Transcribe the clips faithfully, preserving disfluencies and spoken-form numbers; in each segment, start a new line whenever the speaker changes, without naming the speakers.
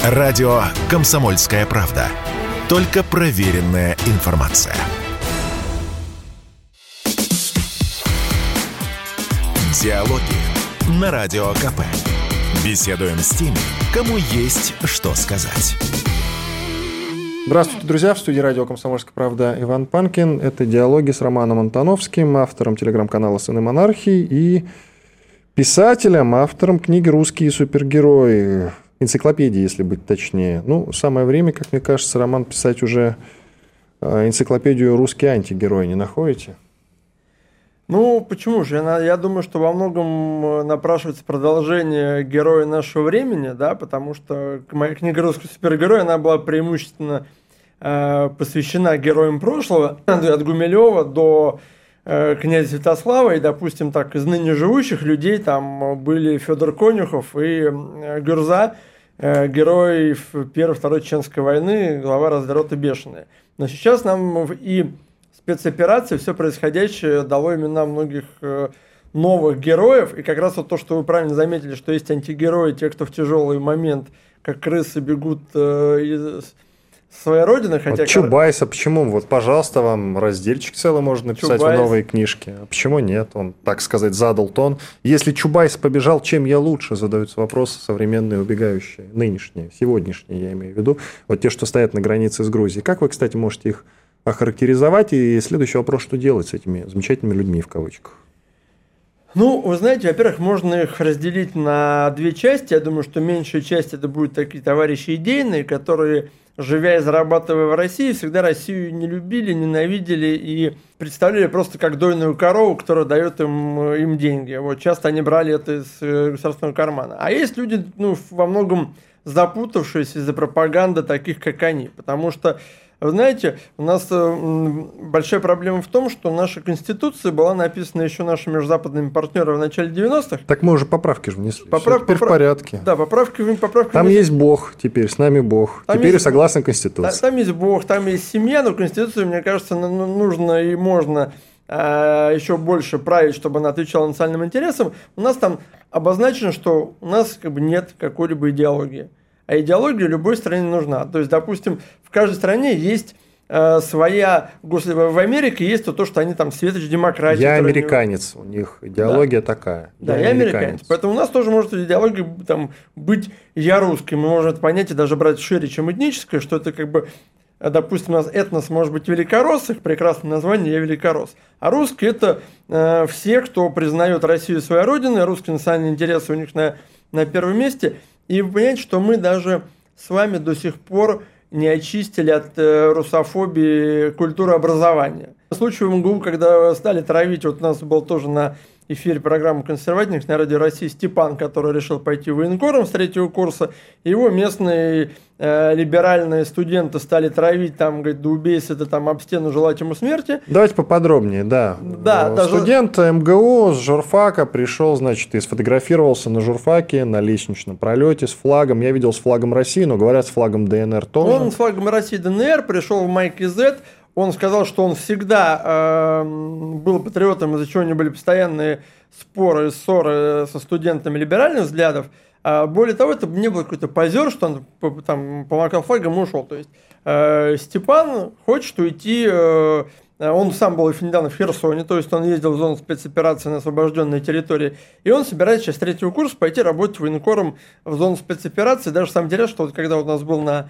Радио «Комсомольская правда». Только проверенная информация. Диалоги на Радио КП. Беседуем с теми, кому есть что сказать.
Здравствуйте, друзья. В студии радио «Комсомольская правда» Иван Панкин. Это диалоги с Романом Антоновским, автором телеграм-канала «Сыны монархии» и писателем, автором книги «Русские супергерои». Энциклопедии, если быть точнее. Ну, самое время, как мне кажется, Роман, писать уже энциклопедию «Русские антигерои». Не находите?
Ну, почему же? Я, я думаю, что во многом напрашивается продолжение героя нашего времени, да, потому что моя книга «Русский супергерой», она была преимущественно э, посвящена героям прошлого, от Гумилева до э, князя Святослава, и, допустим, так, из ныне живущих людей там были Федор Конюхов и э, Гюрза, э, герой Первой Второй Чеченской войны, глава разведроты Бешеные. Но сейчас нам и спецоперации, все происходящее дало имена многих э, новых героев. И как раз вот то, что вы правильно заметили, что есть антигерои, те, кто в тяжелый момент, как крысы, бегут э, из своей родины. Хотя
вот Чубайса, почему? Вот, пожалуйста, вам разделчик целый можно написать Чубайс. В новые книжки. А почему нет? Он, так сказать, задал тон. Если Чубайс побежал, чем я лучше? Задаются вопросы современные, убегающие. Нынешние, сегодняшние, я имею в виду. Вот те, что стоят на границе с Грузией. Как вы, кстати, можете их охарактеризовать? И следующий вопрос, что делать с этими замечательными людьми, в кавычках?
Ну, вы знаете, во-первых, можно их разделить на две части. Я думаю, что меньшая часть это будут такие товарищи идейные, которые, живя и зарабатывая в России, всегда Россию не любили, ненавидели и представляли просто как дойную корову, которая дает им, им деньги. Вот часто они брали это из государственного кармана. А есть люди, ну, во многом запутавшиеся из-за пропаганды таких, как они. Потому что, вы знаете, у нас большая проблема в том, что наша Конституция была написана еще нашими западными партнерами в начале девяностых.
Так мы уже поправки же внесли.
Поправ...
Теперь
поправ...
в порядке.
Да, поправки, поправки.
Там
внесли.
есть Бог теперь, с нами Бог. Там теперь согласно
Бог.
Конституции.
Там есть Бог, там есть семья, но Конституцию, мне кажется, нужно и можно а, еще больше править, чтобы она отвечала национальным интересам. У нас там обозначено, что у нас как бы нет какой-либо идеологии. А идеология любой стране нужна. То есть, допустим, в каждой стране есть э, своя... В Америке есть то, что они там светоч демократии.
Я американец, не... у них идеология
да.
такая.
Да,
я,
я
американец.
американец. Поэтому у нас тоже может идеология там, быть «я русский». Мы можем это понятие даже брать шире, чем этническое, что это как бы... Допустим, у нас этнос может быть великоросс, их прекрасное название «Я великоросс». А русские – это э, все, кто признает Россию своей родиной, русские национальные интересы у них на, на первом месте. И вы понимаете, что мы даже с вами до сих пор не очистили от э, русофобии культуры образования. В случае в МГУ, когда стали травить, вот у нас был тоже на эфире программы «Консервативных» на Радио России Степан, который решил пойти военкором с третьего курса, его местные э, либеральные студенты стали травить, там, говорит, да убейся ты там об стену, желать ему смерти.
Давайте поподробнее, да.
Да,
студент даже... МГУ с журфака пришел, значит, и сфотографировался на журфаке, на лестничном пролете с флагом. Я видел с флагом России, но говорят, с флагом ДНР тоже.
Он с флагом России ДНР пришел в майке Z. Он сказал, что он всегда э, был патриотом, из-за чего у него были постоянные споры, ссоры со студентами либеральных взглядов. А более того, это не был какой-то позер, что он там помахал флагом и ушел. То есть э, Степан хочет уйти, э, он сам был недавно в Херсоне, то есть он ездил в зону спецоперации на освобожденной территории, и он собирается сейчас с третьего курса пойти работать военкором в зону спецоперации. Даже самое интересное, что вот когда у нас был на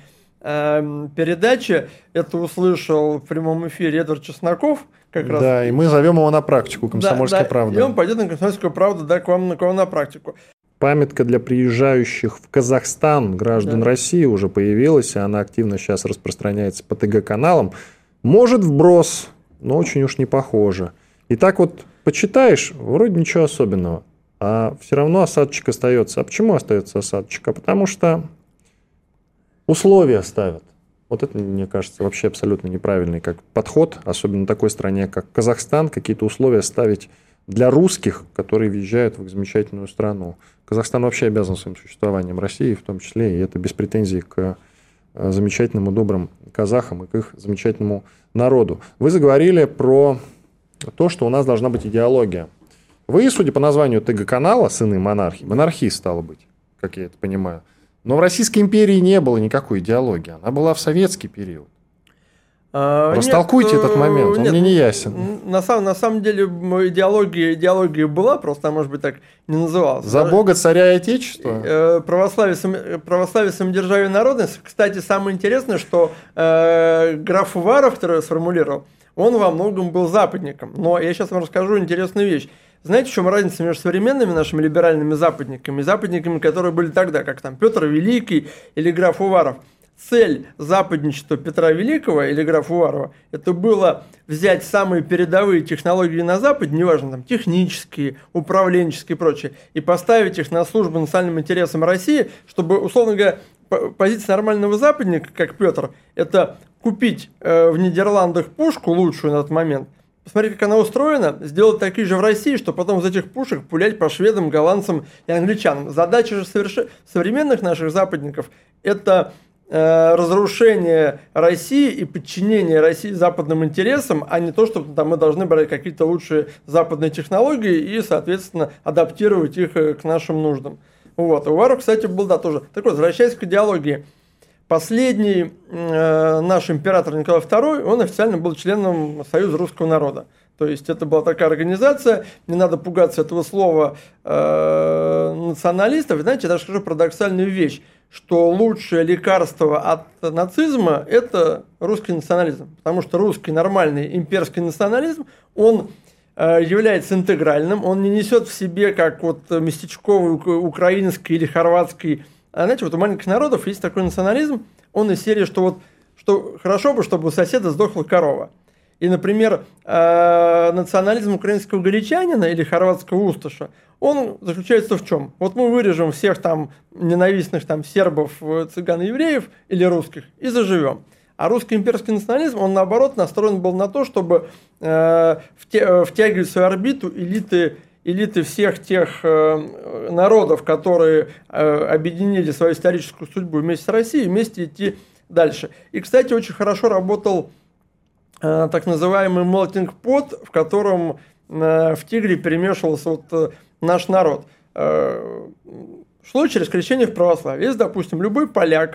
передаче, это услышал в прямом эфире Эдвард Чесноков. Как раз.
Да, и мы зовем его на практику «Комсомольская
да, да,
правда».
И он пойдет на «Комсомольскую правду», да, к вам, к вам на практику.
Памятка для приезжающих в Казахстан граждан да. России уже появилась, и она активно сейчас распространяется по ТГ-каналам. Может, вброс, но очень уж не похоже. И так вот почитаешь, вроде ничего особенного, а все равно осадочек остается. А почему остается осадочек? А потому что условия ставят. Вот это, мне кажется, вообще абсолютно неправильный как подход, особенно в такой стране, как Казахстан, какие-то условия ставить для русских, которые въезжают в их замечательную страну. Казахстан вообще обязан своим существованием России, в том числе, и это без претензий к замечательным и добрым казахам и к их замечательному народу. Вы заговорили про то, что у нас должна быть идеология. Вы, судя по названию ТГ-канала «Сыны монархии», монархист, стало быть, как я это понимаю, Но в Российской империи не было никакой идеологии, она была в советский период. А, Растолкуйте нет, этот момент, он нет, мне не ясен.
На самом, на самом деле идеология, идеология была, просто она, может быть, так не называлась.
За Бога, царя и Отечества?
Православие, православие, самодержавие, народность. Кстати, самое интересное, что э, граф Уваров, который я сформулировал, он во многом был западником. Но я сейчас вам расскажу интересную вещь. Знаете, в чем разница между современными нашими либеральными западниками и западниками, которые были тогда, как там Петр Великий или граф Уваров? Цель западничества Петра Великого или графа Уварова – это было взять самые передовые технологии на Западе, неважно, там, технические, управленческие и прочее, и поставить их на службу национальным интересам России, чтобы, условно говоря, позиция нормального западника, как Петр, это купить э, в Нидерландах пушку лучшую на тот момент, посмотреть, как она устроена, сделать такие же в России, чтобы потом из этих пушек пулять по шведам, голландцам и англичанам. Задача же соверш... современных наших западников – это разрушение России и подчинение России западным интересам, а не то, что там мы должны брать какие-то лучшие западные технологии и, соответственно, адаптировать их к нашим нуждам. Вот. Уваров, кстати, был, да, тоже. Так вот, возвращаясь к идеологии. Последний э, наш император Николай Второй, он официально был членом Союза русского народа. То есть это была такая организация, не надо пугаться этого слова э, националистов. И, знаете, я даже скажу парадоксальную вещь, что лучшее лекарство от нацизма – это русский национализм. Потому что русский нормальный имперский национализм, он э, является интегральным, он не несет в себе, как вот местечковый украинский или хорватский. А знаете, вот у маленьких народов есть такой национализм, он из серии, что вот что хорошо бы, чтобы у соседа сдохла корова. И, например, э, национализм украинского галичанина или хорватского усташа, он заключается в чем? Вот мы вырежем всех там ненавистных там сербов, цыган и евреев или русских и заживем. А русский имперский национализм, он наоборот настроен был на то, чтобы э, втя- втягивать в свою орбиту элиты, элиты всех тех э, народов, которые э, объединили свою историческую судьбу вместе с Россией, вместе идти дальше. И, кстати, очень хорошо работал э, так называемый melting pot, в котором э, в Тигре перемешивался вот, э, наш народ. Э, шло через крещение в православие. Если, допустим, любой поляк,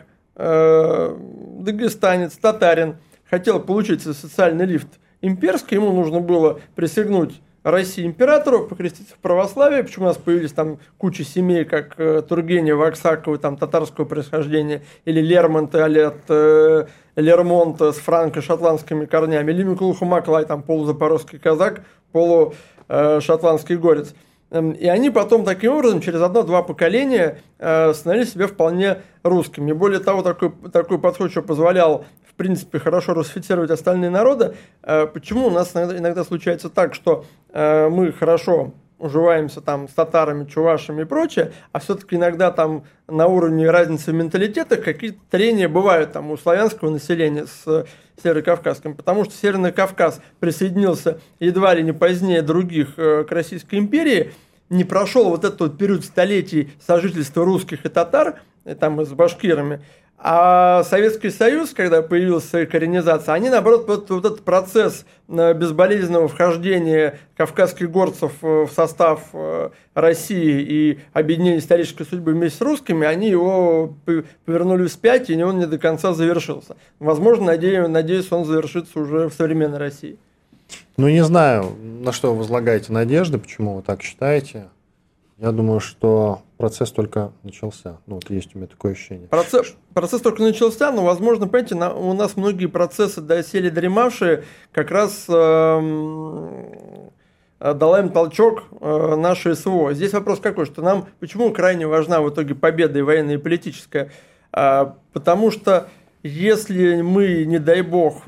э, дагестанец, татарин хотел получить социальный лифт имперский, ему нужно было присягнуть России императору, покреститься в православие. Почему у нас появились там куча семей, как э, Тургенев, Аксакова, там татарского происхождения, или Лермонта, или от э, Лермонта с франко-шотландскими корнями, или Микулуха Маклай, там полузапорожский казак, полушотландский э, горец. И они потом таким образом через одно-два поколения э, становились себя вполне русскими. И более того, такой, такой подход еще позволял в принципе хорошо русифицировать остальные народы. Э, почему у нас иногда, иногда случается так, что э, мы хорошо уживаемся там с татарами, чувашами и прочее, а все-таки иногда там на уровне разницы в менталитетах какие-то трения бывают там у славянского населения с Северокавказским, потому что Северный Кавказ присоединился едва ли не позднее других э, к Российской империи, не прошел вот этот вот период столетий сожительства русских и татар, и там и с башкирами, а Советский Союз, когда появился коренизация, они, наоборот, вот, вот этот процесс безболезненного вхождения кавказских горцев в состав России и объединения исторической судьбы вместе с русскими, они его повернули вспять, и он не до конца завершился. Возможно, надеюсь, надеюсь, он завершится уже в современной России.
Ну, не знаю, на что вы возлагаете надежды, почему вы так считаете. Я думаю, что процесс только начался. Ну, вот есть у меня такое ощущение.
Процесс, процесс только начался, но, возможно, понимаете, на, у нас многие процессы доселе дремавшие как раз э, дала им толчок э, наше СВО. Здесь вопрос какой, что нам, почему крайне важна в итоге победа и военная, и политическая? Э, потому что если мы, не дай бог,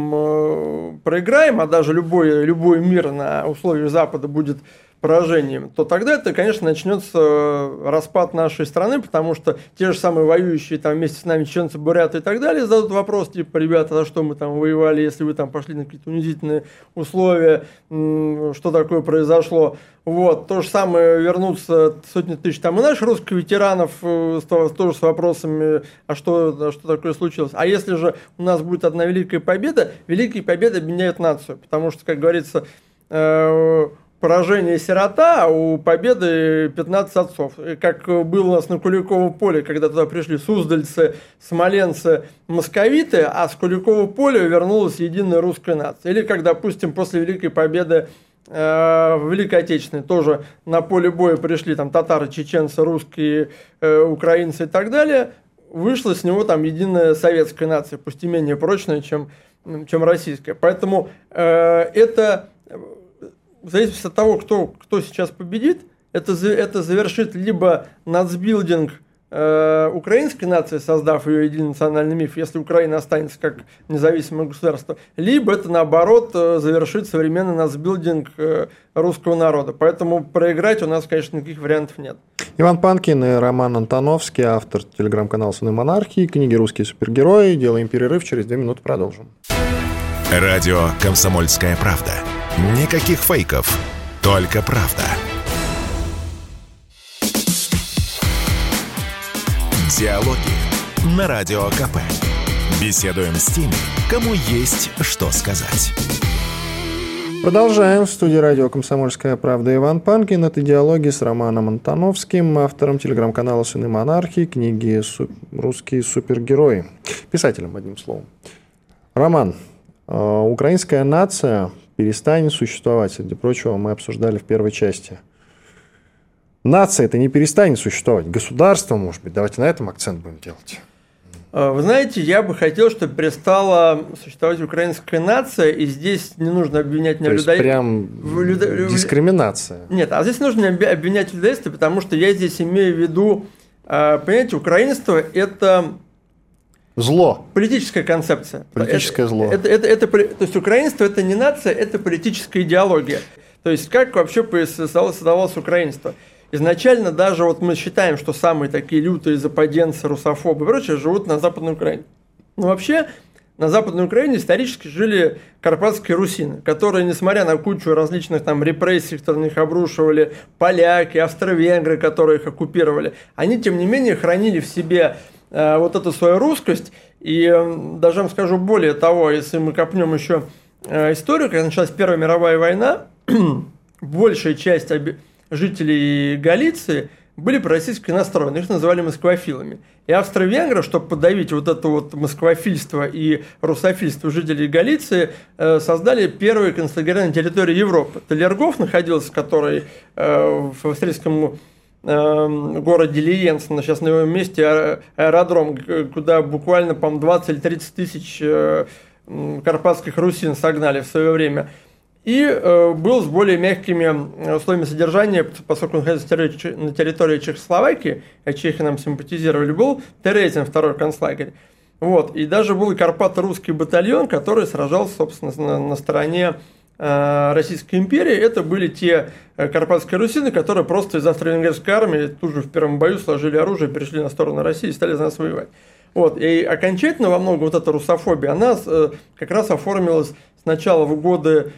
проиграем, а даже любой, любой мир на условиях Запада будет поражением, то тогда это, конечно, начнется распад нашей страны, потому что те же самые воюющие там вместе с нами чеченцы, буряты и так далее зададут вопрос, типа, ребята, за что мы там воевали, если вы там пошли на какие-то унизительные условия, что такое произошло. Вот. То же самое вернутся сотни тысяч там и наших русских ветеранов тоже с вопросами, а что, а что такое случилось. А если же у нас будет одна великая победа, великие победы объединяют нацию, потому что, как говорится, поражения сирота, а у победы пятнадцать отцов. Как было у нас на Куликовом поле, когда туда пришли суздальцы, смоленцы, московиты, а с Куликового поля вернулась единая русская нация. Или как, допустим, после Великой Победы э, в Великой Отечественной тоже на поле боя пришли там татары, чеченцы, русские, э, украинцы и так далее, вышла с него там единая советская нация, пусть и менее прочная, чем, чем российская. Поэтому э, это... В зависимости от того, кто, кто сейчас победит, это, это завершит либо нацбилдинг э, украинской нации, создав ее единый национальный миф, если Украина останется как независимое государство, либо это, наоборот, завершит современный нацбилдинг э, русского народа. Поэтому проиграть у нас, конечно, никаких вариантов нет.
Иван Панкин и Роман Антоновский, автор телеграм-канала «Сыны монархии», книги «Русские супергерои». Делаем перерыв, через две минуты продолжим.
Радио «Комсомольская правда». Никаких фейков, только правда. Диалоги на Радио КП. Беседуем с теми, кому есть что сказать.
Продолжаем. В студии радио «Комсомольская правда» Иван Панкин. Это диалоги с Романом Антоновским, автором телеграм-канала «Сыны монархии», книги «Русские супергерои». Писателем, одним словом. Роман, украинская нация перестанет существовать. Среди прочего, мы обсуждали в первой части. Нация это не перестанет существовать. Государство, может быть. Давайте на этом акцент будем делать.
Вы знаете, я бы хотел, чтобы перестала существовать украинская нация, и здесь не нужно обвинять меня в людоедстве.
Прям в люда... дискриминация.
Нет, а здесь нужно обвинять в людоедстве, потому что я здесь имею в виду, понимаете, украинство – это...
Зло.
Политическая концепция.
Политическое
это,
зло.
Это, это, это, это, то есть украинство – это не нация, это политическая идеология. То есть как вообще создавалось украинство? Изначально даже вот мы считаем, что самые такие лютые западенцы, русофобы и прочее живут на Западной Украине. Но вообще на Западной Украине исторически жили карпатские русины, которые, несмотря на кучу различных там репрессий, которые на них обрушивали, поляки, австро-венгры, которые их оккупировали, они, тем не менее, хранили в себе э, вот эту свою русскость. И э, даже вам скажу более того, если мы копнем еще э, историю, когда началась Первая мировая война, большая часть оби- жителей Галиции были пророссийски настроены, их называли москвофилами. И австро-венгры, чтобы подавить вот это вот москвофильство и русофильство жителей Галиции, создали первые концлагеря на территории Европы. Талергоф находился, который в австрийском городе Лиенц, сейчас на его месте аэродром, куда буквально, по-моему, двадцать или тридцать тысяч карпатских русин согнали в свое время. И э, был с более мягкими условиями содержания, поскольку он находился на территории Чехословакии, а чехи нам симпатизировали, был Терезин, второй концлагерь. Вот. И даже был и карпато-русский батальон, который сражался, собственно, на, на стороне э, Российской империи. Это были те э, карпатские русины, которые просто из австро-венгерской армии тут же в первом бою сложили оружие, перешли на сторону России и стали за нас воевать. Вот. И окончательно во многом вот эта русофобия, она э, как раз оформилась сначала в годы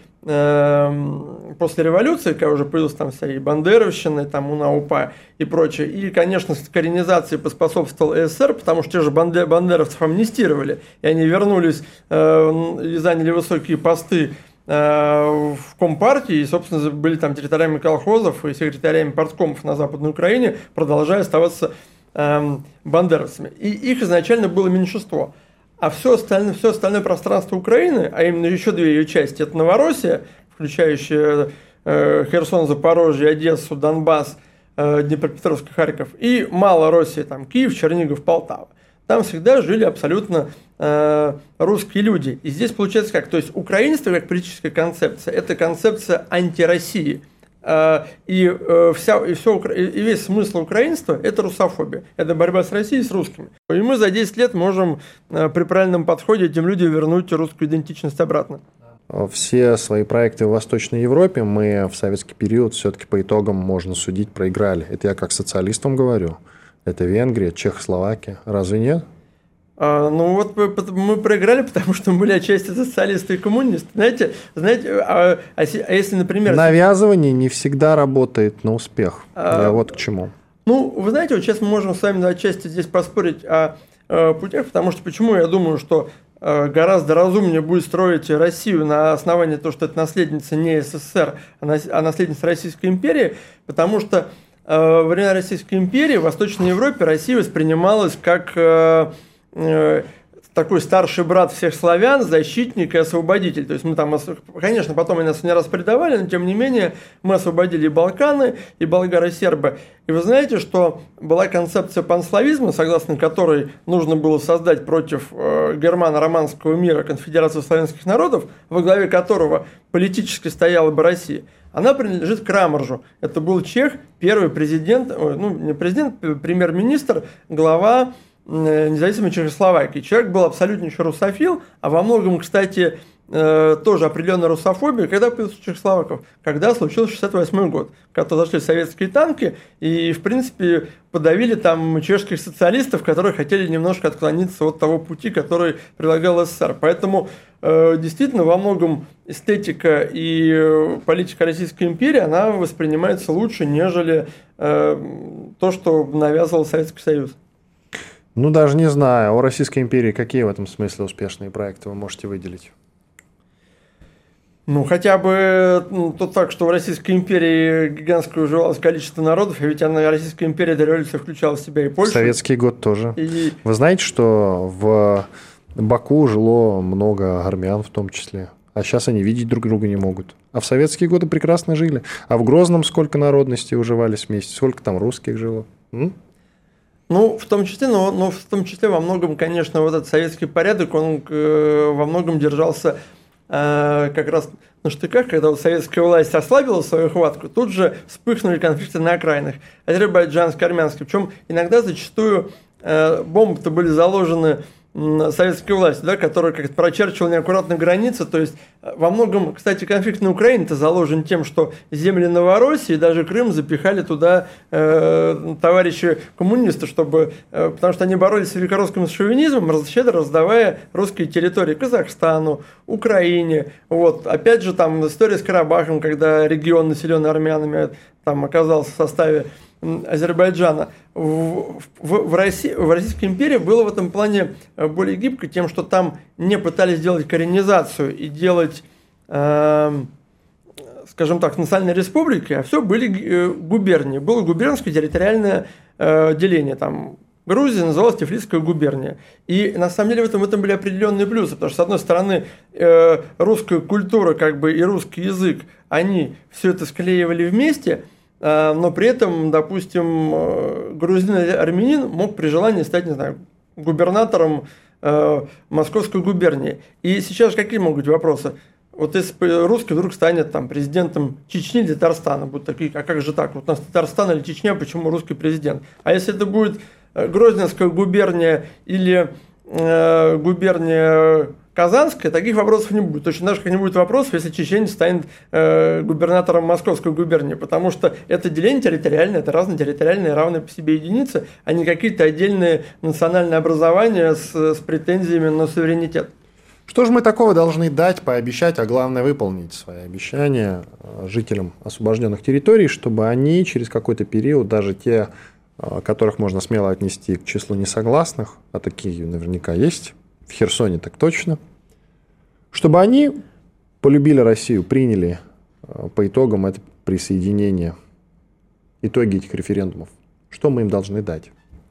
после революции, когда уже появилась там вся и бандеровщина, и там УНА-УПА и прочее. И, конечно, с коренизацией поспособствовал СССР, потому что те же бандеровцев амнистировали, и они вернулись э, и заняли высокие посты э, в Компартии, и, собственно, были там территориями колхозов и секретарями парткомов на Западной Украине, продолжая оставаться э, бандеровцами. И их изначально было меньшинство. А все остальное, все остальное пространство Украины, а именно еще две ее части, это Новороссия, включающая э, Херсон, Запорожье, Одессу, Донбасс, э, Днепропетровск, Харьков, и Малороссия, там Киев, Чернигов, Полтава. Там всегда жили абсолютно э, русские люди. И здесь получается как? То есть украинство как политическая концепция, это концепция антироссии. И, вся, и, все, и весь смысл украинства – это русофобия, это борьба с Россией, с русскими. И мы за десять лет можем при правильном подходе этим людям вернуть русскую идентичность обратно.
Все свои проекты в Восточной Европе мы в советский период все-таки по итогам, можно судить, проиграли. Это я как социалистам говорю. Это Венгрия, Чехословакия. Разве нет?
А, ну вот мы, мы проиграли, потому что мы были отчасти социалисты и коммунисты. Знаете, знаете а, а, а если, например...
Навязывание не всегда работает на успех. А, Я вот к чему.
Ну, вы знаете, вот сейчас мы можем с вами отчасти здесь поспорить о, о путях, потому что почему я думаю, что гораздо разумнее будет строить Россию на основании того, что это наследница не СССР, а наследница Российской империи, потому что во времена Российской империи в Восточной Европе Россия воспринималась как такой старший брат всех славян, защитник и освободитель. То есть мы там, конечно, потом они нас не раз предавали, но тем не менее мы освободили и Балканы, и болгары, и сербы. И вы знаете, что была концепция панславизма, согласно которой нужно было создать против э, германо-романского мира конфедерацию славянских народов, во главе которого политически стояла бы Россия. Она принадлежит Крамаржу. Это был чех, первый президент, ну не президент, премьер-министр, глава независимой Чехословакии. Человек был абсолютнейший русофил, а во многом, кстати, тоже определенная русофобия, когда появился чехословаков, когда случился шестьдесят восьмой год, когда зашли советские танки и, в принципе, подавили там чешских социалистов, которые хотели немножко отклониться от того пути, который предлагал СССР. Поэтому, действительно, во многом эстетика и политика Российской империи, она воспринимается лучше, нежели то, что навязывал Советский Союз.
Ну, даже не знаю. О Российской империи какие в этом смысле успешные проекты вы можете выделить?
Ну, хотя бы ну, тот факт, что в Российской империи гигантское уживалось количество народов, и ведь она, Российская империя до революции включала в себя и Польшу.
Советский год тоже.
И...
Вы знаете, что в Баку жило много армян в том числе, а сейчас они видеть друг друга не могут. А в советские годы прекрасно жили. А в Грозном сколько народностей уживались вместе, сколько там русских жило? М?
Ну, в том числе, но, но в том числе во многом, конечно, вот этот советский порядок, он э, во многом держался э, как раз на штыках, когда вот советская власть ослабила свою хватку, тут же вспыхнули конфликты на окраинах, азербайджанский, армянский, причем иногда зачастую э, бомбы-то были заложены советской власти, да, которая как-то прочерчивала неаккуратно границы. То есть во многом, кстати, конфликт на Украине-то заложен тем, что земли Новороссии и даже Крым запихали туда э, товарищи коммунисты, чтобы, э, потому что они боролись с великорусским шовинизмом, щедро раздавая русские территории Казахстану, Украине. Вот. Опять же, там история с Карабахом, когда регион, населенный армянами, там оказался в составе Азербайджана. В, в, в, России, в Российской империи было в этом плане более гибко тем, что там не пытались делать коренизацию и делать, э, скажем так, национальной республики, а все были губернии. Было губернское территориальное э, деление. Там Грузия называлась Тифлисская губерния. И на самом деле в этом, в этом были определенные плюсы, потому что, с одной стороны, э, русская культура как бы, и русский язык, они все это склеивали вместе, но при этом, допустим, грузин или армянин мог при желании стать, не знаю, губернатором э, Московской губернии. И сейчас какие могут быть вопросы? Вот если русский вдруг станет там, президентом Чечни или Татарстана, будут такие, а как же так? Вот у нас Татарстан или Чечня, почему русский президент? А если это будет Грозненская губерния или э, губерния Казанская, таких вопросов не будет. Точно так же, как не будет вопросов, если чеченец станет э, губернатором Московской губернии, потому что это деление территориальное, это разные территориальные, равные по себе единицы, а не какие-то отдельные национальные образования с, с претензиями на суверенитет.
Что же мы такого должны дать, пообещать, а главное выполнить свои обещания жителям освобожденных территорий, чтобы они через какой-то период, даже те, которых можно смело отнести к числу несогласных, а такие наверняка есть, в Херсоне так точно, чтобы они полюбили Россию, приняли по итогам это присоединение, итоги этих референдумов. Что мы им должны дать?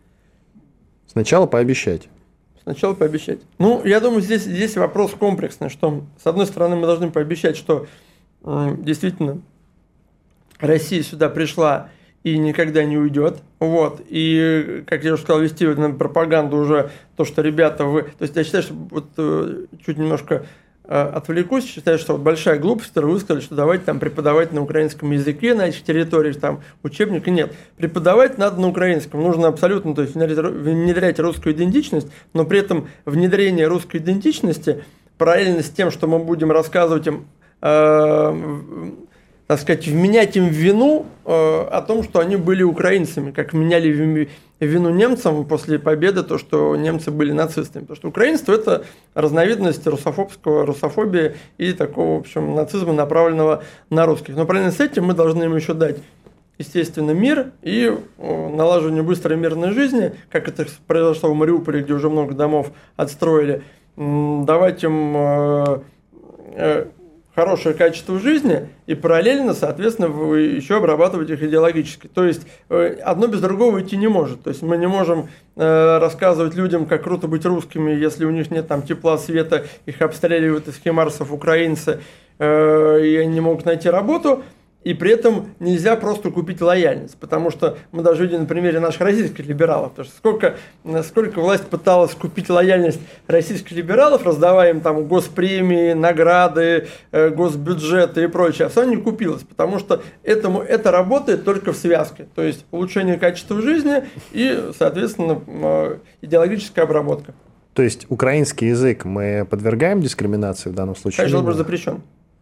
Сначала пообещать.
Сначала пообещать. Ну, я думаю, здесь, здесь вопрос комплексный, что, с одной стороны, мы должны пообещать, что э, действительно Россия сюда пришла и никогда не уйдет. Вот. И, как я уже сказал, вести на пропаганду уже то, что ребята вы... То есть я считаю, что вот чуть немножко отвлекусь, считаю, что вот большая глупость, которую вы сказали, что давайте там преподавать на украинском языке на этих территориях, там учебника нет. Преподавать надо на украинском. Нужно абсолютно, то есть внедрять русскую идентичность, но при этом внедрение русской идентичности параллельно с тем, что мы будем рассказывать им, э, так сказать, вменять им в вину э, о том, что они были украинцами, как вменяли вину немцам после победы, то, что немцы были нацистами. Потому что украинство – это разновидность русофобского, русофобии и такого, в общем, нацизма, направленного на русских. Но параллельно с этим мы должны им еще дать, естественно, мир и налаживание быстрой мирной жизни, как это произошло в Мариуполе, где уже много домов отстроили. давать им э, э, хорошее качество жизни и параллельно, соответственно, еще обрабатывать их идеологически. То есть одно без другого идти не может. То есть мы не можем э, рассказывать людям, как круто быть русскими, если у них нет там тепла, света, их обстреливают из химарсов украинцы, э, и они не могут найти работу. И при этом нельзя просто купить лояльность, потому что мы даже видим на примере наших российских либералов, потому что сколько, сколько власть пыталась купить лояльность российских либералов, раздавая им там госпремии, награды, госбюджеты и прочее, а все не купилось, потому что этому, это работает только в связке, то есть улучшение качества жизни и, соответственно, идеологическая обработка.
То есть украинский язык мы подвергаем дискриминации в данном случае?
Конечно, он будет запрещен.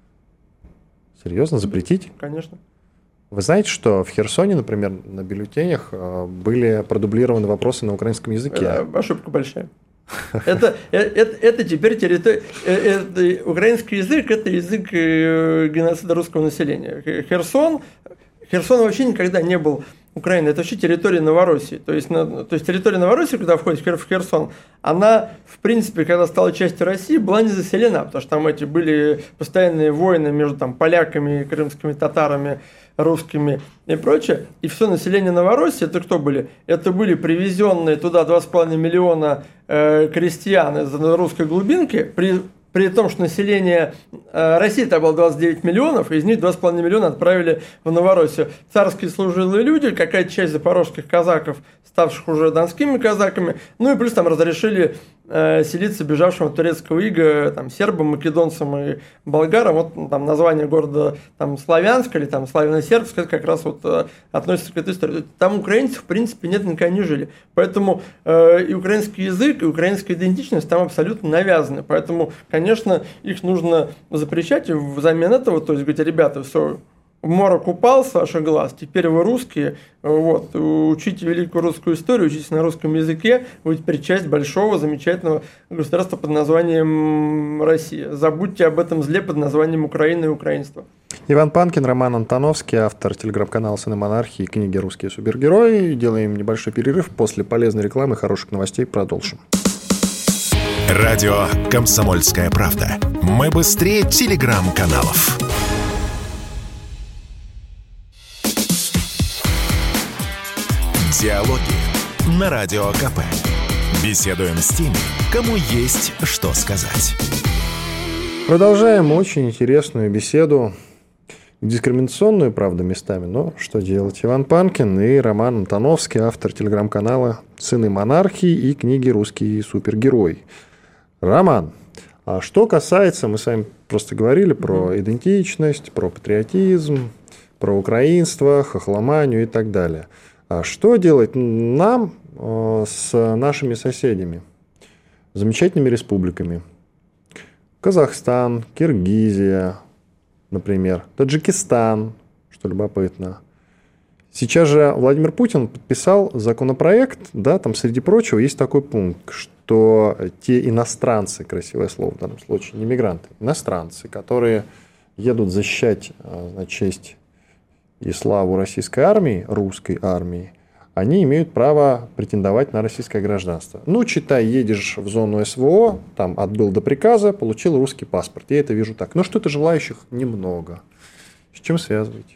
Серьезно, запретить?
Конечно.
Вы знаете, что в Херсоне, например, на бюллетенях были продублированы вопросы на украинском языке?
Это ошибка большая. Это, это, это теперь территория... Это, украинский язык – это язык геноцида русского населения. Херсон, Херсон вообще никогда не был Украиной. Это вообще территория Новороссии. То есть, то есть территория Новороссии, когда входит в Херсон, она, в принципе, когда стала частью России, была не заселена, потому что там эти были постоянные войны между там, поляками, крымскими татарами, русскими и прочее. И все население Новороссии, это кто были? Это были привезенные туда два с половиной миллиона э, крестьян из русской глубинки, при При том, что население э, России тогда было двадцать девять миллионов, и из них два с половиной миллиона отправили в Новороссию. Царские служилые люди, какая-то часть запорожских казаков, ставших уже донскими казаками, ну и плюс там разрешили э, селиться бежавшим от турецкого ига там, сербам, македонцам и болгарам. Вот там название города там, Славянск или там Славяно-Сербск, это как раз вот э, относится к этой истории. Там украинцев, в принципе, нет, никогда не жили. Поэтому э, и украинский язык, и украинская идентичность там абсолютно навязаны. Поэтому, конечно, их нужно запрещать, и взамен этого, то есть говорить, ребята, все, в морок упал с ваших глаз, теперь вы русские, вот, учите великую русскую историю, учитесь на русском языке, вы теперь часть большого, замечательного государства под названием Россия. Забудьте об этом зле под названием Украина и украинство.
Иван Панкин, Роман Антоновский, автор телеграм-канала «Сыны монархии» и книги «Русские супергерои». Делаем небольшой перерыв, после полезной рекламы и хороших новостей продолжим.
Радио «Комсомольская правда». Мы быстрее телеграм-каналов. Диалоги на Радио КП. Беседуем с теми, кому есть что сказать.
Продолжаем очень интересную беседу. Дискриминационную, правда, местами, но что делать? Иван Панкин и Роман Антоновский, автор телеграм-канала «Сыны монархии» и книги «Русские супергерои». Роман, а что касается, мы с вами просто говорили про идентичность, про патриотизм, про украинство, хохломанию и так далее. А что делать нам с нашими соседями, замечательными республиками? Казахстан, Киргизия, например, Таджикистан, что любопытно. Сейчас же Владимир Путин подписал законопроект, да, там среди прочего есть такой пункт, что те иностранцы, красивое слово в данном случае, не мигранты, иностранцы, которые едут защищать, значит, честь и славу российской армии, русской армии, они имеют право претендовать на российское гражданство. Ну, читай, едешь в зону СВО, там отбыл до приказа, получил русский паспорт. Я это вижу так. Но что-то желающих немного. С чем связываете?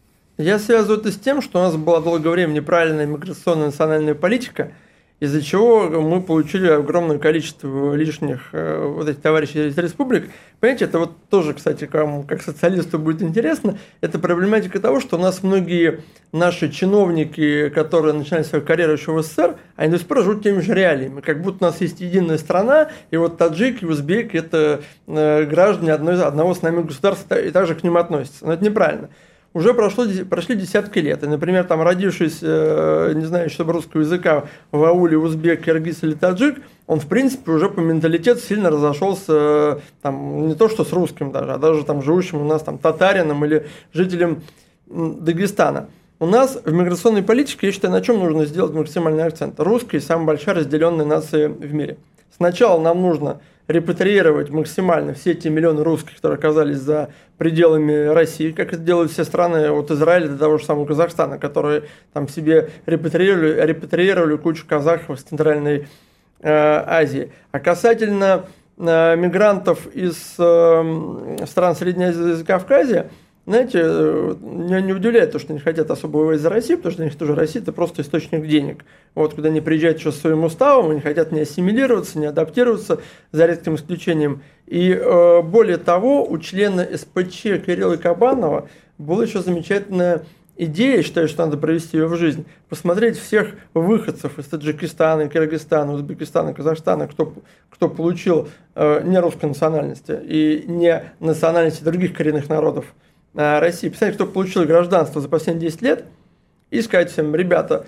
Я связываю это с тем, что у нас была долгое время неправильная миграционная национальная политика, из-за чего мы получили огромное количество лишних э, вот этих товарищей из республик. Понимаете, это вот тоже, кстати, кому, как социалисту будет интересно, это проблематика того, что у нас многие наши чиновники, которые начинали свою карьеру еще в СССР, они до сих пор живут теми же реалиями, как будто у нас есть единая страна, и вот таджики, узбеки – это э, граждане одной, одного с нами государства, и также к ним относятся. Но это неправильно. Уже прошло, прошли десятки лет. И, например, там родившись, э, не знаю, чтобы русского языка в ауле узбек, киргиз или таджик, он, в принципе, уже по менталитету сильно разошелся, э, там, не то что с русским даже, а даже там живущим у нас там татарином или жителем Дагестана. У нас в миграционной политике, я считаю, на чем нужно сделать максимальный акцент? Русские – самая большая разделенная нация в мире. Сначала нам нужно репатриировать максимально все те миллионы русских, которые оказались за пределами России, как это делают все страны от Израиля до того же самого Казахстана, которые там себе репатриировали, репатриировали кучу казахов из Центральной Азии. А касательно мигрантов из стран Средней Азии и Закавказья, знаете, меня не удивляет то, что они хотят особо вывозить за Россию, потому что для них тоже Россия – это просто источник денег. Вот куда они приезжают еще со своим уставом, они хотят не ассимилироваться, не адаптироваться, за редким исключением. И э, более того, у члена эс пэ че Кирилла Кабанова была еще замечательная идея, считаю, что надо провести ее в жизнь, посмотреть всех выходцев из Таджикистана, Кыргызстана, Узбекистана, Казахстана, кто, кто получил э, не русской национальности и не национальности других коренных народов России, писать, кто получил гражданство за последние десять лет, и сказать всем: ребята,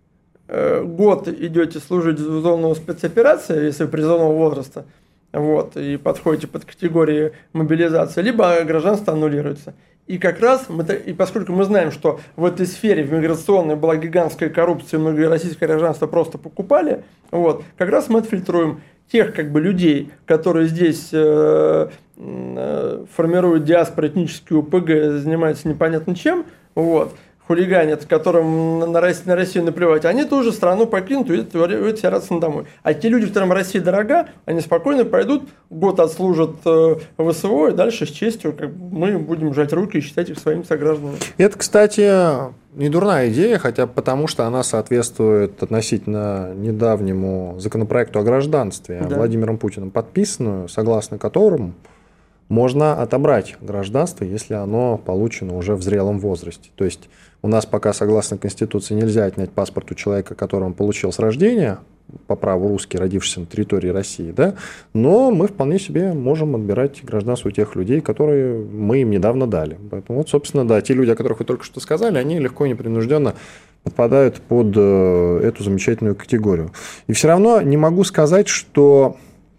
год идете служить в зону спецоперации, если вы призывного возраста, вот, и подходите под категории мобилизации, либо гражданство аннулируется. И как раз, мы, и поскольку мы знаем, что в этой сфере, в миграционной, была гигантская коррупция, многие российское гражданство просто покупали, вот, как раз мы отфильтруем тех как бы людей, которые здесь э, э, формируют диаспору, этнические у пэ гэ, занимаются непонятно чем, вот, хулиганят, которым на Россию, на Россию наплевать, они ту же страну покинут и уедут все радостно домой. А те люди, которым Россия дорога, они спокойно пойдут, год отслужат э, в эс вэ о, и дальше с честью как бы, мы будем жать руки и считать их своими согражданами.
Это, кстати, не дурная идея, хотя потому что она соответствует относительно недавнему законопроекту о гражданстве, да, Владимиром Путиным подписанную, согласно которому можно отобрать гражданство, если оно получено уже в зрелом возрасте. То есть у нас пока, согласно Конституции, нельзя отнять паспорт у человека, который он получил с рождения, по праву русский, родившийся на территории России, да, но мы вполне себе можем отбирать гражданство у тех людей, которые мы им недавно дали. Поэтому вот, собственно, да, те люди, о которых вы только что сказали, они легко и непринужденно подпадают под эту замечательную категорию. И все равно не могу сказать, что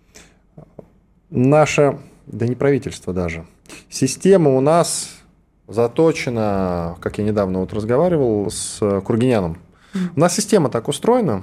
наша, да не правительство даже, система у нас заточена, как я недавно вот разговаривал с Кургиняном, у нас система так устроена,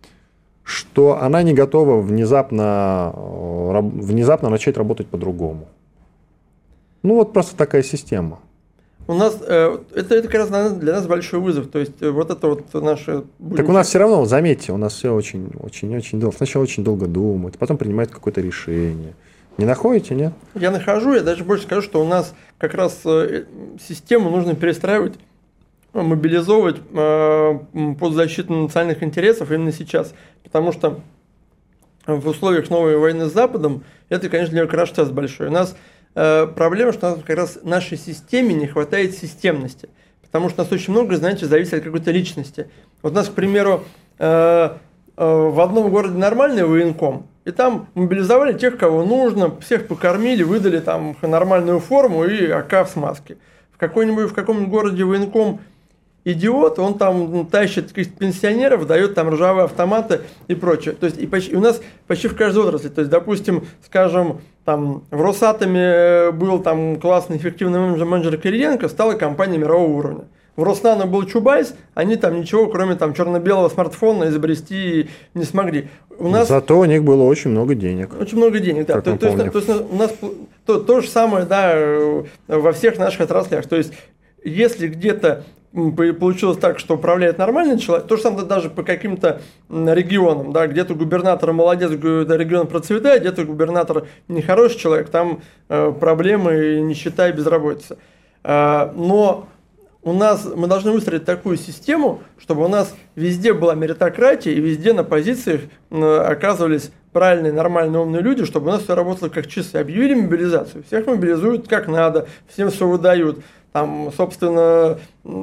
что она не готова внезапно, внезапно начать работать по-другому. Ну, вот просто такая система.
У нас э, это, это как раз для нас большой вызов. То есть, вот это вот наше...
Так у нас все равно, заметьте, у нас все очень, очень, очень долго. Сначала очень долго думают, потом принимают какое-то решение. Не находите, нет?
Я нахожу, я даже больше скажу, что у нас как раз э, систему нужно перестраивать, мобилизовывать э, под защиту национальных интересов именно сейчас. Потому что в условиях новой войны с Западом это, конечно, для краш-тест большой. У нас э, проблема, что у нас как раз в нашей системе не хватает системности. Потому что у нас очень много, знаете, зависит от какой-то личности. Вот у нас, к примеру, э, э, в одном городе нормальный военком, и там мобилизовали тех, кого нужно, всех покормили, выдали там нормальную форму и а ка в смазке. В, какой-нибудь, в каком-нибудь городе военком идиот, он там тащит пенсионеров, дает там ржавые автоматы и прочее. То есть и, почти, и у нас почти в каждой отрасли, то есть, допустим, скажем, там в Росатоме был там классный эффективный менеджер, менеджер Кириенко, стала компания мирового уровня. В Роснано был Чубайс, они там ничего, кроме там черно-белого смартфона, изобрести не смогли.
У нас... Зато у них было очень много денег.
Очень много денег, да. То, то, есть, то есть у нас то, то же самое, да, во всех наших отраслях. То есть если где-то получилось так, что управляет нормальный человек, то же самое даже по каким-то регионам, да, где-то губернатор молодец, регион процветает, где-то губернатор нехороший человек, там э, проблемы, нищета и безработица. Э, но у нас, мы должны выстроить такую систему, чтобы у нас везде была меритократия и везде на позициях э, оказывались правильные, нормальные, умные люди, чтобы у нас все работало как часы. Объявили мобилизацию, всех мобилизуют как надо, всем все выдают. Там, собственно,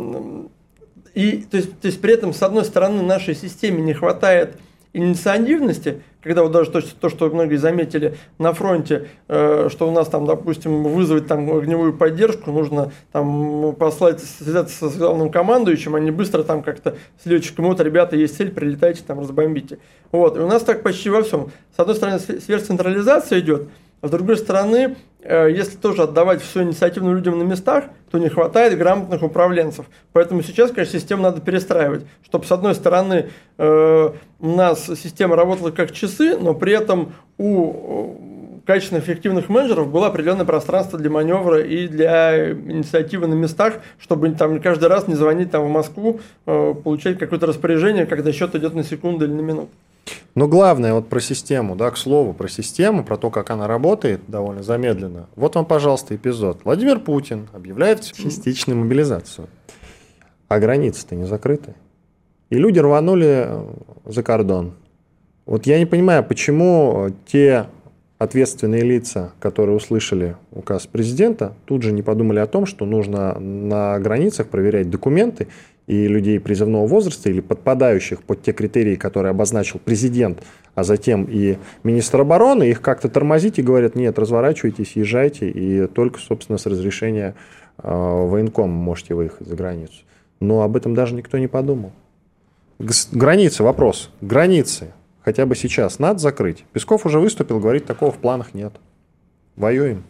и, то есть, то есть при этом, с одной стороны, нашей системе не хватает инициативности, когда вот даже то, то что многие заметили на фронте, э, что у нас там, допустим, вызвать там огневую поддержку, нужно там послать, связаться с главным командующим, а не быстро там как-то с летчиком, вот, ребята, есть цель, прилетайте, там, разбомбите. Вот, и у нас так почти во всем. С одной стороны, сверхцентрализация идет, а с другой стороны, если тоже отдавать все инициативным людям на местах, то не хватает грамотных управленцев. Поэтому сейчас, конечно, систему надо перестраивать, чтобы, с одной стороны, у нас система работала как часы, но при этом у качественно эффективных менеджеров было определенное пространство для маневра и для инициативы на местах, чтобы там каждый раз не звонить там в Москву, получать какое-то распоряжение, когда счет идет на секунду или на минуту.
Но главное вот про систему, да, к слову, про систему, про то, как она работает довольно замедленно. Вот вам, пожалуйста, эпизод. Владимир Путин объявляет частичную мобилизацию. А границы-то не закрыты. И люди рванули за кордон. Вот я не понимаю, почему те ответственные лица, которые услышали указ президента, тут же не подумали о том, что нужно на границах проверять документы и людей призывного возраста или подпадающих под те критерии, которые обозначил президент, а затем и министр обороны, их как-то тормозить и говорят, нет, разворачивайтесь, езжайте, и только, собственно, с разрешения э, военкома можете выехать за границу. Но об этом даже никто не подумал. Границы, вопрос. Границы хотя бы сейчас надо закрыть. Песков уже выступил, говорит, такого в планах нет. Воюем.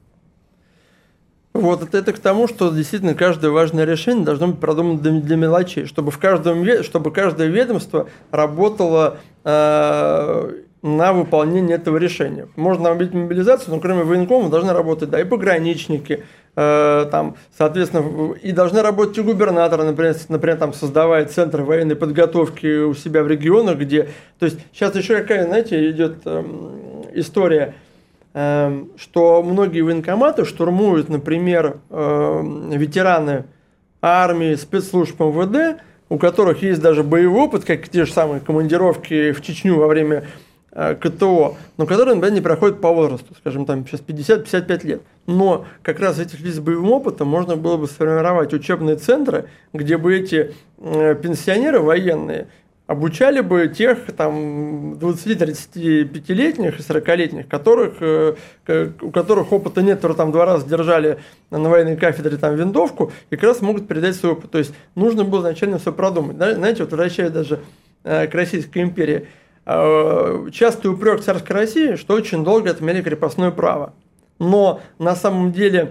Вот это, это к тому, что действительно каждое важное решение должно быть продумано для, для мелочей, чтобы, в каждом, чтобы каждое ведомство работало э, на выполнение этого решения. Можно объявить мобилизацию, но кроме военкомов должны работать, да, и пограничники, э, там, соответственно, и должны работать и губернаторы, например, например, там создавая центры военной подготовки у себя в регионах, где, то есть сейчас еще какая, знаете, идет э, история, что многие военкоматы штурмуют, например, ветераны армии, спецслужб эм вэ дэ, у которых есть даже боевой опыт, как те же самые командировки в Чечню во время ка тэ о, но которые, например, не проходят по возрасту, скажем, там сейчас пятьдесят-пятьдесят пять лет. Но как раз этих людей с боевым опытом можно было бы сформировать учебные центры, где бы эти пенсионеры военные обучали бы тех там двадцати-тридцатипятилетних и сорокалетних, которых, у которых опыта нет, которые там два раза держали на военной кафедре там винтовку и как раз могут передать свой опыт. То есть нужно было изначально все продумать. Знаете, вот возвращаясь даже к Российской империи, частый упрек царской России, что очень долго отменяли крепостное право. Но на самом деле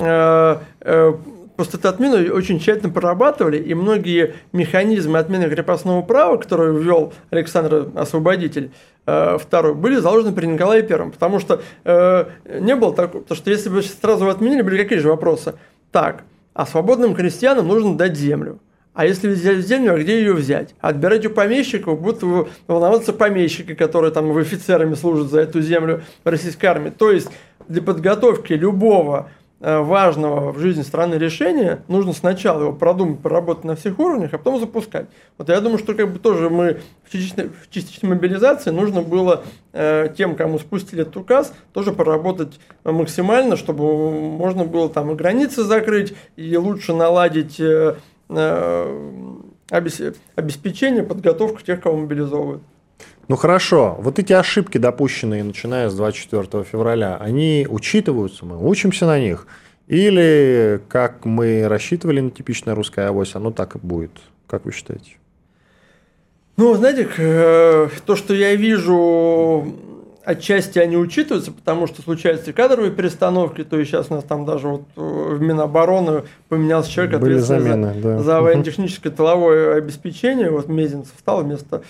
просто эту отмену очень тщательно прорабатывали, и многие механизмы отмены крепостного права, которые ввел Александр Освободитель э, второй, были заложены при Николае Первом, потому что э, не было такого, потому что если бы сразу отменили, были какие же вопросы? Так, а свободным крестьянам нужно дать землю. А если взяли землю, а где ее взять? Отбирать у помещиков, будут волноваться помещики, которые там офицерами служат за эту землю в российской армии. То есть для подготовки любого важного в жизни страны решения нужно сначала его продумать, проработать на всех уровнях, а потом запускать. Вот я думаю, что как бы тоже мы в частичной, в частичной мобилизации нужно было э, тем, кому спустили этот указ, тоже проработать максимально, чтобы можно было там и границы закрыть, и лучше наладить э, э, обеспечение, подготовку тех, кого мобилизовывают.
Ну хорошо, вот эти ошибки, допущенные, начиная с двадцать четвёртого февраля, они учитываются, мы учимся на них? Или, как мы рассчитывали на типичное русское авось, оно так и будет? Как вы считаете?
Ну, знаете, то, что я вижу, отчасти они учитываются, потому что случаются кадровые перестановки, то есть сейчас у нас там даже вот в Минобороны поменялся человек, ответственный замены, за, да. за военно-техническое тыловое обеспечение, вот Мезенцев стал вместо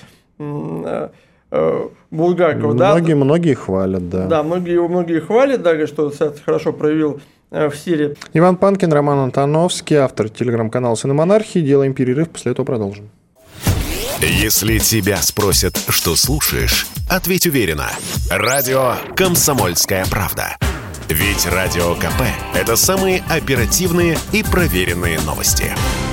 Булгакова.
Многие,
да?
многие хвалят, да.
Да, многие, многие хвалят, да, что Сад хорошо проявил в Сирии.
Иван Панкин, Роман Антоновский, автор телеграм-канала «Сыны монархии». Делаем перерыв, после этого продолжим.
Если тебя спросят, что слушаешь, ответь уверенно. Радио «Комсомольская правда». Ведь Радио ка пэ – это самые оперативные и проверенные новости.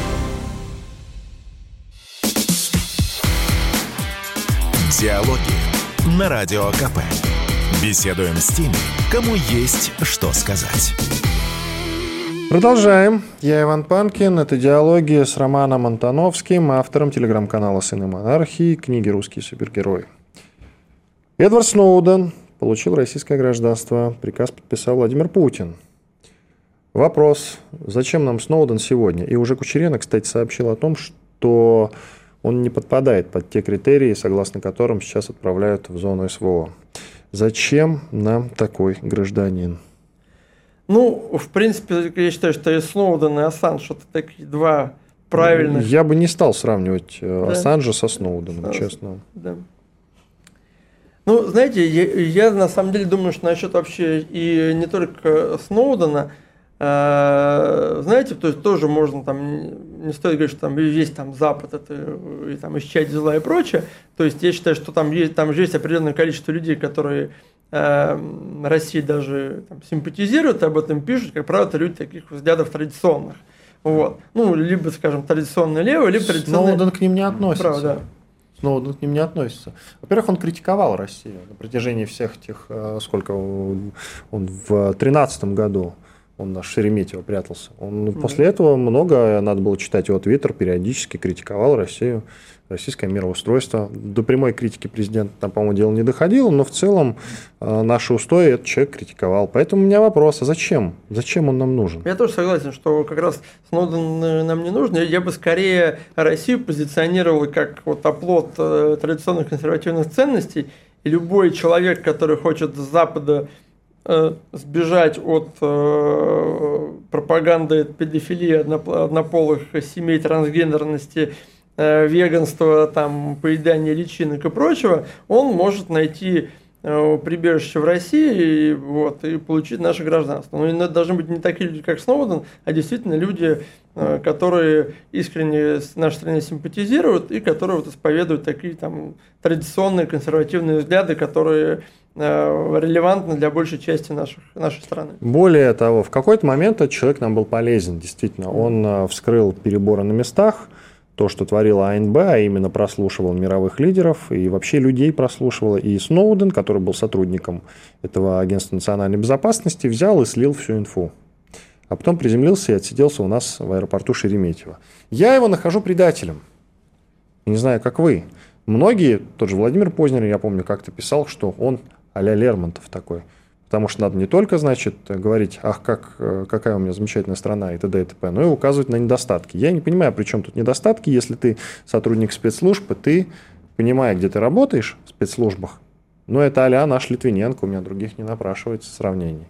Диалоги на Радио ка пэ. Беседуем с теми, кому есть что сказать.
Продолжаем. Я Иван Панкин. Это диалоги с Романом Антоновским, автором телеграм-канала «Сыны монархии», книги «Русские супергерои». Эдвард Сноуден получил российское гражданство. Приказ подписал Владимир Путин. Вопрос. Зачем нам Сноуден сегодня? И уже Кучерена, кстати, сообщил о том, что он не подпадает под те критерии, согласно которым сейчас отправляют в зону эс вэ о. Зачем нам такой гражданин?
Ну, в принципе, я считаю, что и Сноуден, и Ассанж – это такие два правильных...
Я бы не стал сравнивать да. Ассанжа со Сноуденом, честно.
Да. Ну, знаете, я, я на самом деле думаю, что насчет вообще и не только Сноудена, знаете, то есть тоже можно там, не стоит говорить, что там весь там Запад это и там исчадие зла и прочее. То есть я считаю, что там есть, там же есть определенное количество людей, которые э, России даже там, симпатизируют, об этом пишут, как правило, это люди таких взглядов традиционных. Вот. Ну, либо, скажем, традиционно левый, либо традиционно...
Сноуден к ним не относится.
Право, да.
Сноуден к ним не относится. Во-первых, он критиковал Россию на протяжении всех тех, сколько он в две тысячи тринадцатом году, он наш Шереметьево прятался. Он, mm-hmm. После этого много, надо было читать его твиттер, периодически критиковал Россию, российское мироустройство. До прямой критики президента там, по-моему, дело не доходило, но в целом э, наши устои этот человек критиковал. Поэтому у меня вопрос, а зачем? Зачем он нам нужен?
Я тоже согласен, что как раз Сноуден нам не нужен. Я бы скорее Россию позиционировал как вот оплот э, традиционных консервативных ценностей, и любой человек, который хочет с Запада сбежать от э, пропаганды педофилии, однополых семей, трансгендерности, э, веганства, там, поедания личинок и прочего, он может найти э, прибежище в России и, вот, и получить наше гражданство. Но это должны быть не такие люди, как Сноуден, а действительно люди, э, которые искренне с нашей стране симпатизируют и которые вот, исповедуют такие там, традиционные консервативные взгляды, которые релевантно для большей части наших, нашей страны.
Более того, в какой-то момент этот человек нам был полезен, действительно. Он вскрыл переборы на местах, то, что творила АНБ, а именно прослушивал мировых лидеров и вообще людей прослушивал. И Сноуден, который был сотрудником этого агентства национальной безопасности, взял и слил всю инфу. А потом приземлился и отсиделся у нас в аэропорту Шереметьево. Я его нахожу предателем. Не знаю, как вы. Многие, тот же Владимир Познер, я помню, как-то писал, что он а-ля Лермонтов такой. Потому что надо не только, значит, говорить, ах, как, какая у меня замечательная страна и т.д. и т.п., но и указывать на недостатки. Я не понимаю, при чем тут недостатки, если ты сотрудник спецслужб, и ты, понимая, где ты работаешь в спецслужбах, ну, это а-ля наш Литвиненко, у меня других не напрашивается сравнений.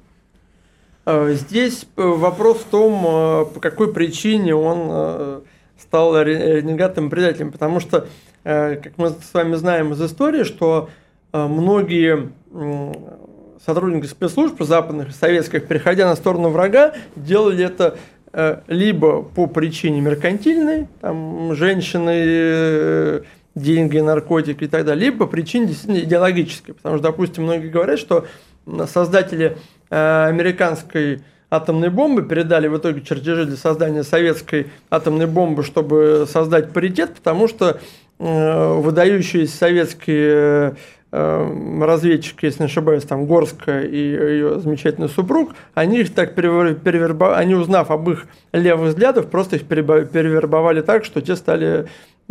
Здесь вопрос в том, по какой причине он стал ренегатным предателем, потому что, как мы с вами знаем из истории, что многие сотрудники спецслужб западных и советских, переходя на сторону врага, делали это либо по причине меркантильной, там, женщины, деньги, наркотики и так далее, либо по причине действительно идеологической. Потому что, допустим, многие говорят, что создатели американской атомной бомбы передали в итоге чертежи для создания советской атомной бомбы, чтобы создать паритет, потому что выдающиеся советские разведчики, если не ошибаюсь, там Горская и ее замечательный супруг, они их так перевербовали, они, узнав об их левых взглядах, просто их перевербовали так, что те стали...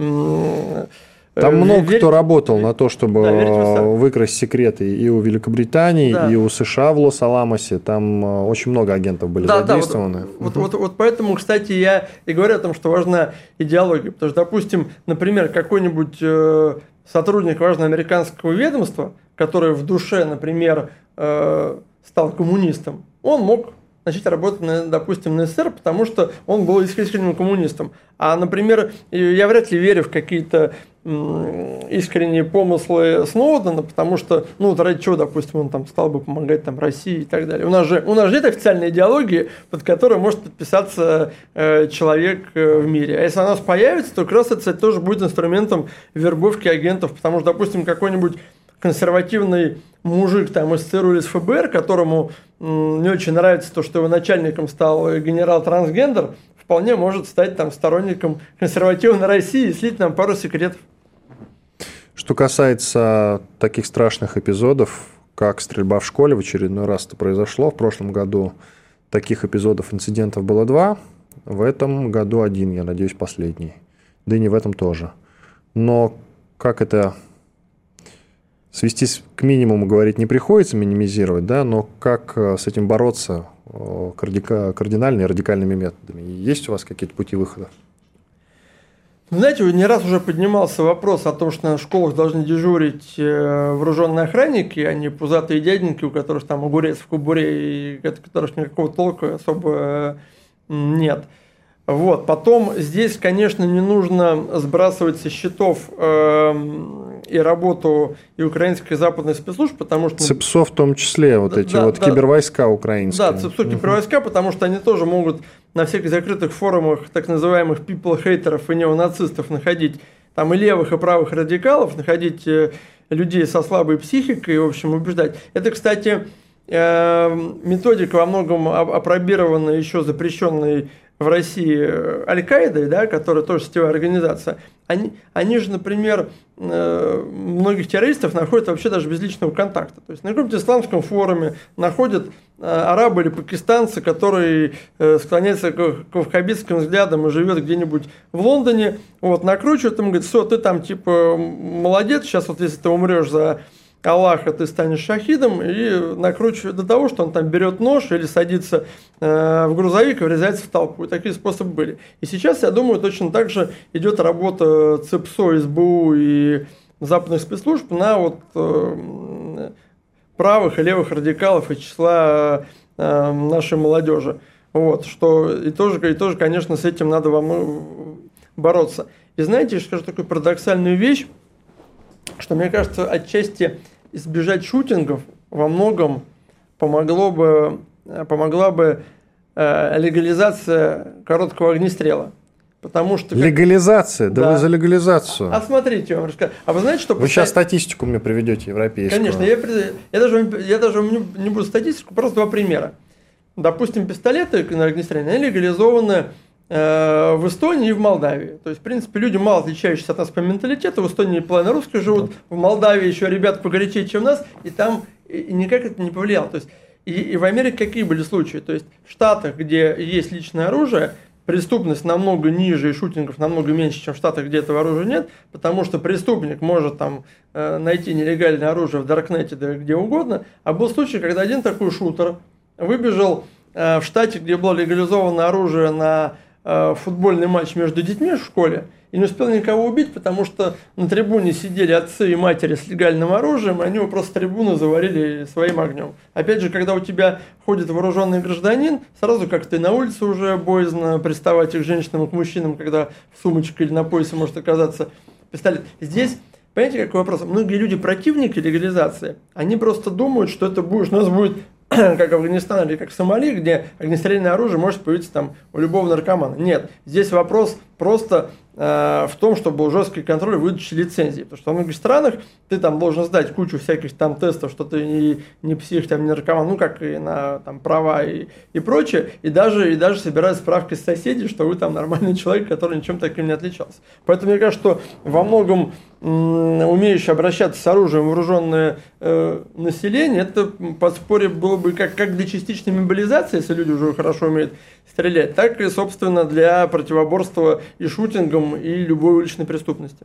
Там много верить, кто работал на то, чтобы да, выкрасть секреты и у Великобритании, да. и у США в Лос-Аламосе. Там очень много агентов были да, задействованы.
Да, вот, угу. вот, вот, вот поэтому, кстати, я и говорю о том, что важна идеология. Потому что, допустим, например, какой-нибудь э, сотрудник важного американского ведомства, который в душе, например, э, стал коммунистом, он мог начать работать, на, допустим, на СССР, потому что он был искренним коммунистом. А, например, я вряд ли верю в какие-то искренние помыслы Сноудена, потому что, ну, ради чего, допустим, он там стал бы помогать там России и так далее. У нас же, у нас же нет официальной идеологии, под которой может подписаться э, человек э, в мире. А если она у нас появится, то как раз это, кстати, тоже будет инструментом вербовки агентов, потому что, допустим, какой-нибудь консервативный мужик там из ЦРУ или из ФБР, которому м, не очень нравится то, что его начальником стал генерал-трансгендер, вполне может стать там сторонником консервативной России и слить нам пару секретов.
Что касается таких страшных эпизодов, как стрельба в школе, в очередной раз это произошло. В прошлом году таких эпизодов, инцидентов было два. В этом году один, я надеюсь, последний. Да и не в этом тоже. Но как это свести к минимуму, говорить не приходится, минимизировать, да, но как с этим бороться кардинальными и радикальными методами? Есть у вас какие-то пути выхода?
Знаете, не раз уже поднимался вопрос о том, что на школах должны дежурить вооруженные охранники, а не пузатые дяденьки, у которых там огурец в кобуре, и от которых никакого толка особо нет. Вот. Потом здесь, конечно, не нужно сбрасывать со счетов э, и работу и украинских, и западных спецслужб, потому что...
ЦИПСО в том числе, вот да, эти да, вот да, кибервойска украинские.
Да, ЦИПСО кибервойска, потому что они тоже могут на всяких закрытых форумах так называемых people-хейтеров и неонацистов находить там и левых, и правых радикалов, находить людей со слабой психикой и, в общем, убеждать. Это, кстати, методика во многом апробирована еще запрещенной в России Аль-Каидой, да, которая тоже сетевая организация. Они, они же, например, многих террористов находят вообще даже без личного контакта. То есть на каком-то исламском форуме находят арабы или пакистанцы, который склоняется к ваххабитским взглядам и живет где-нибудь в Лондоне, вот, накручивают, ему говорят, все, ты там типа молодец, сейчас вот если ты умрешь за Аллаха, ты станешь шахидом, и накручивают до того, что он там берет нож или садится э, в грузовик и врезается в толпу. И такие способы были. И сейчас, я думаю, точно так же идет работа ЦИПСО, СБУ и западных спецслужб на вот, э, правых и левых радикалов из числа э, нашей молодежи. Вот, что, и, тоже, и тоже, конечно, с этим надо вам бороться. И знаете, я скажу такую парадоксальную вещь, что, мне кажется, отчасти избежать шутингов во многом помогло бы, помогла бы э, легализация короткого огнестрела. Потому что...
Легализация? Да, да вы за легализацию.
А, а смотрите, я вам расскажу. А вы знаете, что...
Вы сейчас статистику мне приведете европейскую.
Конечно, я, я, даже, я даже не буду статистику, просто два примера. Допустим, пистолеты на огнестрельные, они легализованы в Эстонии и в Молдавии. То есть, в принципе, люди, мало отличающиеся от нас по менталитету, в Эстонии половина русских живут, в Молдавии еще ребята погорячее, чем нас, и там и никак это не повлияло. То есть, и, и в Америке какие были случаи? То есть, в Штатах, где есть личное оружие, преступность намного ниже и шутингов намного меньше, чем в Штатах, где этого оружия нет, потому что преступник может там найти нелегальное оружие в Даркнете, да где угодно. А был случай, когда один такой шутер выбежал в штате, где было легализовано оружие на футбольный матч между детьми в школе, и не успел никого убить, потому что на трибуне сидели отцы и матери с легальным оружием, и они его просто трибуну заварили своим огнем. Опять же, когда у тебя ходит вооруженный гражданин, сразу как-то и на улице уже боязно приставать и к женщинам, и к мужчинам, когда в сумочке или на поясе может оказаться пистолет. Здесь, понимаете, какой вопрос? Многие люди противники легализации, они просто думают, что это будет, у нас будет как Афганистан или как Сомали, где огнестрельное оружие может появиться там у любого наркомана. Нет, здесь вопрос просто э, в том, чтобы был жесткий контроль выдачи лицензии. Потому что в многих странах ты там должен сдать кучу всяких там тестов, что ты не, не псих, там, не наркоман, ну как и на там, права и, и прочее. И даже, и даже собирать справки с соседей, что вы там нормальный человек, который ничем таким не отличался. Поэтому мне кажется, что во многом умеющее обращаться с оружием вооруженное э, население, это подспорье было бы как, как для частичной мобилизации, если люди уже хорошо умеют стрелять, так и, собственно, для противоборства и шутингам, и любой уличной преступности.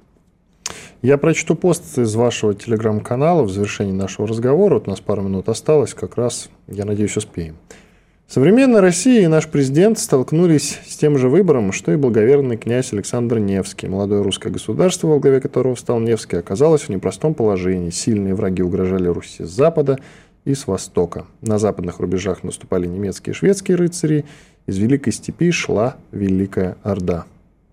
Я прочту пост из вашего телеграм-канала в завершении нашего разговора. Вот у нас пару минут осталось, как раз, я надеюсь, успеем. Современная Россия и наш президент столкнулись с тем же выбором, что и благоверный князь Александр Невский. Молодое русское государство, во главе которого встал Невский, оказалось в непростом положении. Сильные враги угрожали Руси с запада и с востока. На западных рубежах наступали немецкие и шведские рыцари. Из Великой Степи шла Великая Орда.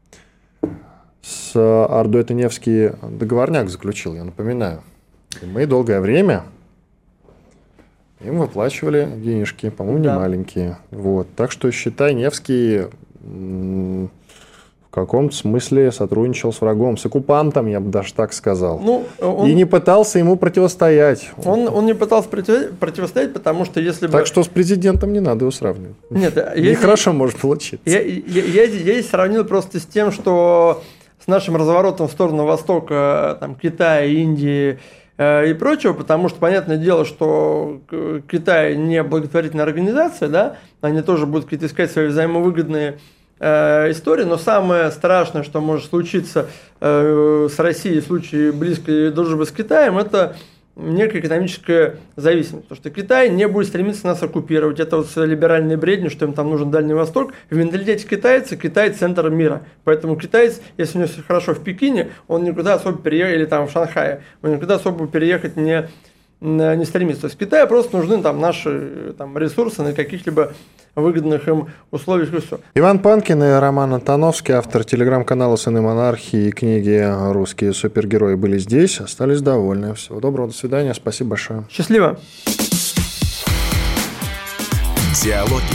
С Ордой это Невский договорняк заключил, я напоминаю. И мы долгое время... Им выплачивали денежки, по-моему, не да. маленькие. Вот. Так что, считай, Невский в каком-то смысле сотрудничал с врагом, с оккупантом, я бы даже так сказал. Ну, он... И не пытался ему противостоять.
Он, он не пытался против... противостоять, потому что если бы...
Так что с президентом не надо его сравнивать.
Нет,
нехорошо я... может получиться.
Я, я, я, я здесь сравнил просто с тем, что с нашим разворотом в сторону Востока, там, Китая, Индии и прочего, потому что, понятное дело, что Китай не благотворительная организация, да, они тоже будут какие-то искать свои взаимовыгодные э, истории, но самое страшное, что может случиться э, с Россией в случае близкой дружбы с Китаем, это некая экономическая зависимость, потому что Китай не будет стремиться нас оккупировать, это вот либеральные бредни, что им там нужен Дальний Восток, в менталитете китайца Китай центр мира, поэтому китаец, если у него все хорошо в Пекине, он никуда особо переехать, или там в Шанхае, он никуда особо переехать не, не стремится, то есть Китаю просто нужны там наши там, ресурсы на каких-либо выгодных им условиях и все.
Иван Панкин и Роман Антоновский, автор телеграм-канала «Сыны монархии» и книги «Русские супергерои» были здесь, остались довольны. Всего доброго, до свидания, спасибо большое.
Счастливо.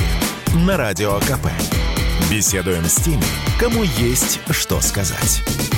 Диалоги на Радио КП. Беседуем с теми, кому есть что сказать.